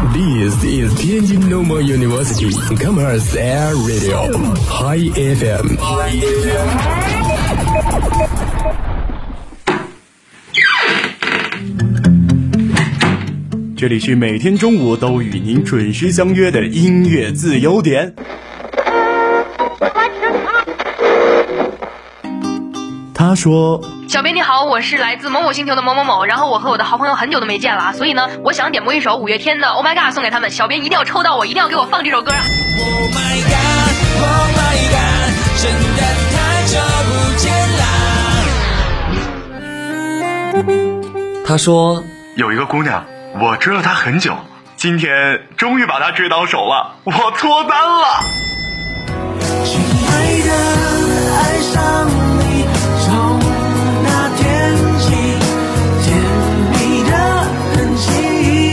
This is Tianjin Normal University Commerce Air Radio High FM。 这里是每天中午都与您准时相约的音乐自由点。他说： 小编你好，我是来自某某星球的某某某，然后我和我的好朋友很久都没见了，所以呢，我想点播一首五月天的 Oh My God 送给他们，小编一定要抽到我，一定要给我放这首歌啊 Oh my God Oh my God 真的太久不见啦。 他说有一个姑娘，我追了她很久，今天终于把她追到手了，我脱单了。 亲爱的，爱上你从那天起，甜蜜的痕迹。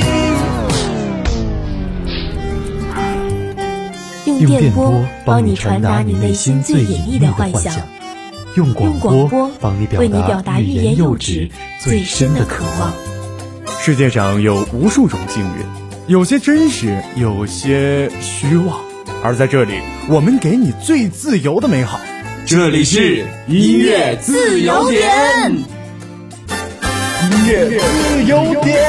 用电波帮你传达你内心最隐秘的幻想，用广播帮你表达欲言又止最深的渴望。 世界上有无数种境遇，有些真实，有些虚妄，而在这里，我们给你最自由的美好。这里是音乐自由点，音乐自由点。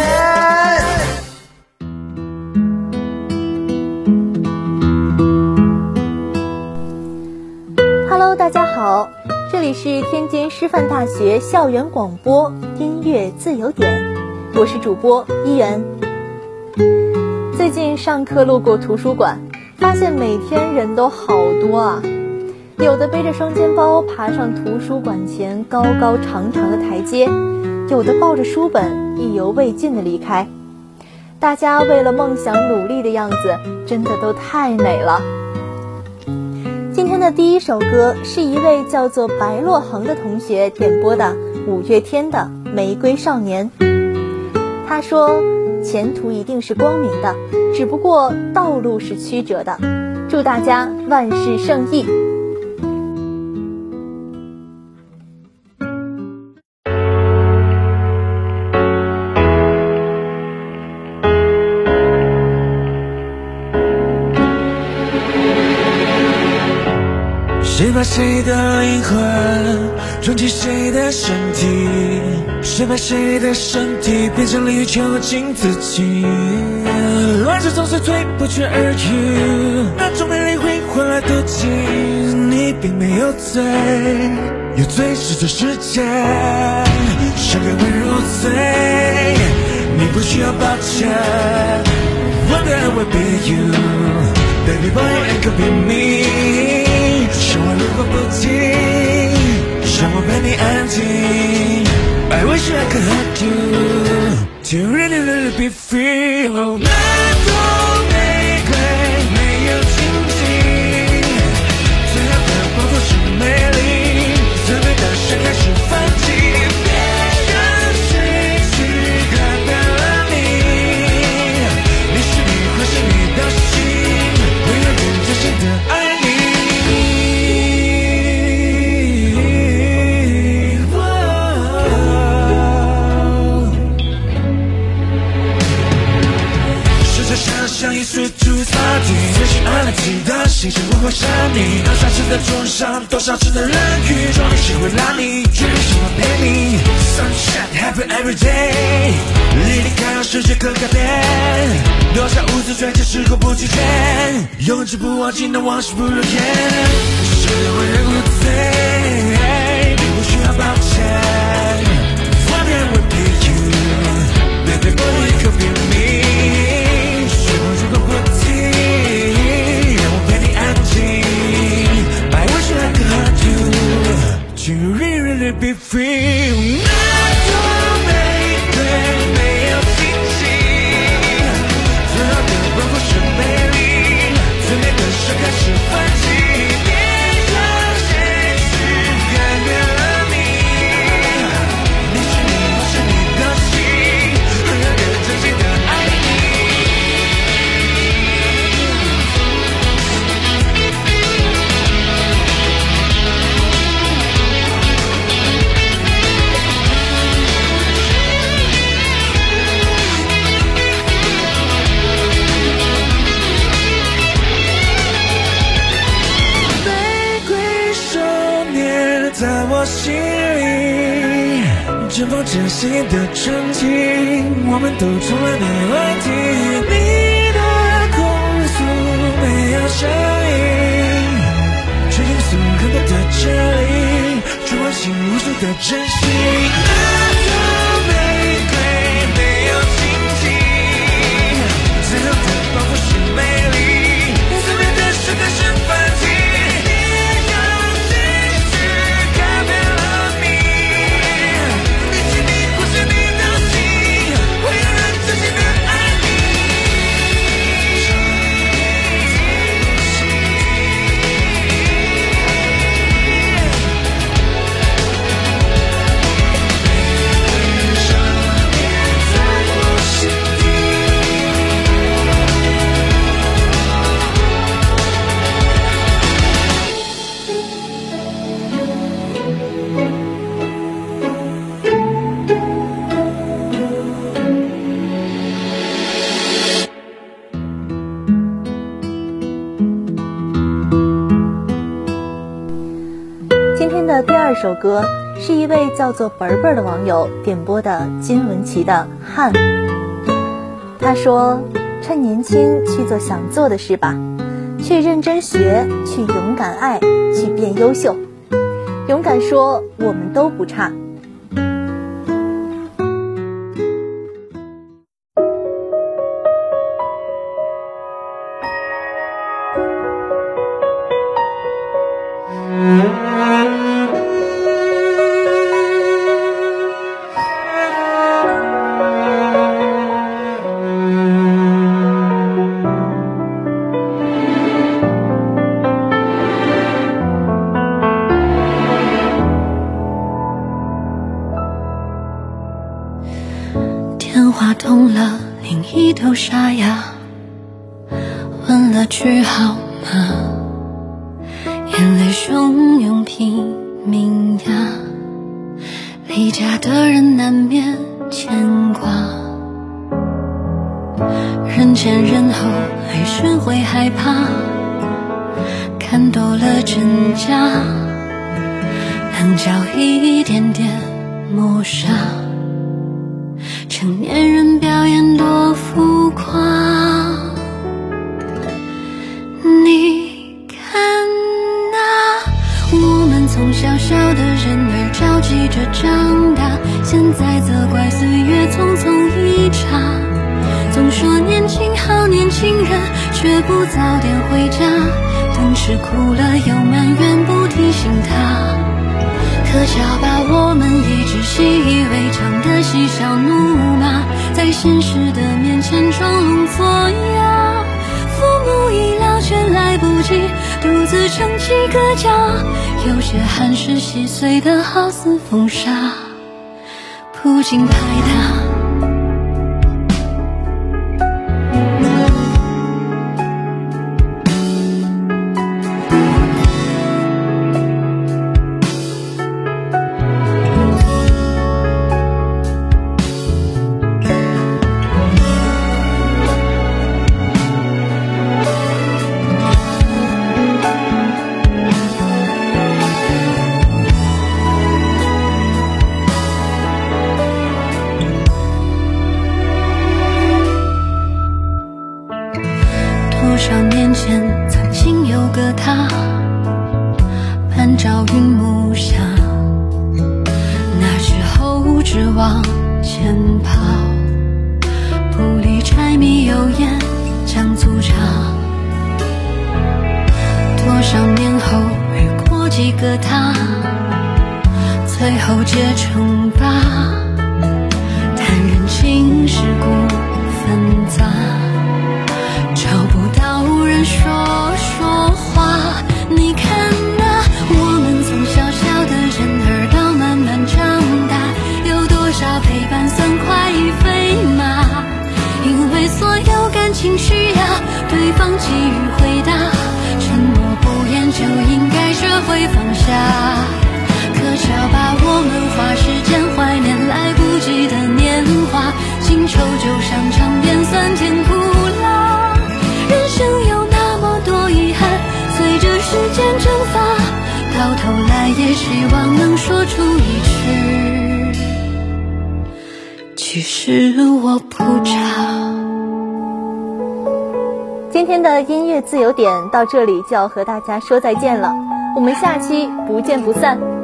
Hello， 大家好，这里是天津师范大学校园广播音乐自由点，我是主播一元。最近上课路过图书馆，发现每天人都好多啊。有的背着双肩包爬上图书馆前高高长长的台阶，有的抱着书本意犹未尽地离开。大家为了梦想努力的样子真的都太美了。今天的第一首歌是一位叫做白洛恒的同学点播的五月天的《玫瑰少年》。他说前途一定是光明的，只不过道路是曲折的，祝大家万事胜意。 谁把谁的灵魂装进谁的身体，谁把谁的身体变成绿球进自己，爱情总是推不去而已，那种美丽会换来妒忌，你并没有罪，有罪是这世界像个温柔罪，你不需要抱歉 One day I will be you Baby boy and could be me，说话如果不听，让我陪你安静。I wish I could hug you to really really be free。哦，那朵玫瑰没有荆棘，最好的报复是美丽，最美的盛开是反击。别让谁去改变了你，你是你或是你的心，会有人真心的爱你。像一岁出发地，最心爱的记得，心情不会闪你。多少次的撞上，多少次的冷雨，终于是会让你决定什么陪你。Sunshine happen every day， 离开让世界更改变。多少无字追加时过不去见，永志不忘记那往事不如烟。是为人无罪，并不需要抱歉。One day I will be you, baby boy you could be me。如果不听，让我陪你安静。I wish I could hug you to really really be free。那朵玫瑰没有荆棘，最好的报复是美丽，最美的盛开是反击。别让谁去真心的纯情，我们都从来没问题。你的控诉没有声音，却因此很多的真理，去唤醒无数的真心。那朵玫瑰没有荆棘，最后的报复是美丽，最美的时刻是反击。 第二首歌是一位叫做本本的网友点播的金玟岐的《汉》。他说，趁年轻去做想做的事吧，去认真学，去勇敢爱，去变优秀，勇敢说我们都不差。 电话通了，另一头沙哑，问了句好吗，眼泪汹涌拼命呀，离家的人难免牵挂，人前人后还是会害怕，看多了真假，棱角一点点磨砂，成年人表演多浮夸。你看啊，我们从小小的人儿着急着长大，现在责怪岁月匆匆一刹，总说年轻好年轻人，却不早点回家，等吃苦了又埋怨不提醒他，可巧把我们一直习以为常的嬉笑怒骂，在现实的面前装聋作哑。父母已老却来不及独自撑起个家，有些汗湿细碎的好似风沙，不禁拍打。多少年前曾经有个他，半照云幕下，那时候只往前跑，不理柴米油盐酱醋茶。多少年后遇过几个他，最后结成疤，谈人情世故纷杂，找不到人说话。你看啊，我们从小小的人儿到慢慢长大，有多少陪伴算快意飞马，因为所有感情需要对方给予回答，沉默不言就应该学会放下。可巧把我们花时间怀念来不及的年华，新仇旧伤尝遍酸甜苦辣，人生有那么多遗憾，随着时间蒸发，到头来也希望能说出一句其实我不差。 今天的音乐自由点到这里就要和大家说再见了，我们下期不见不散。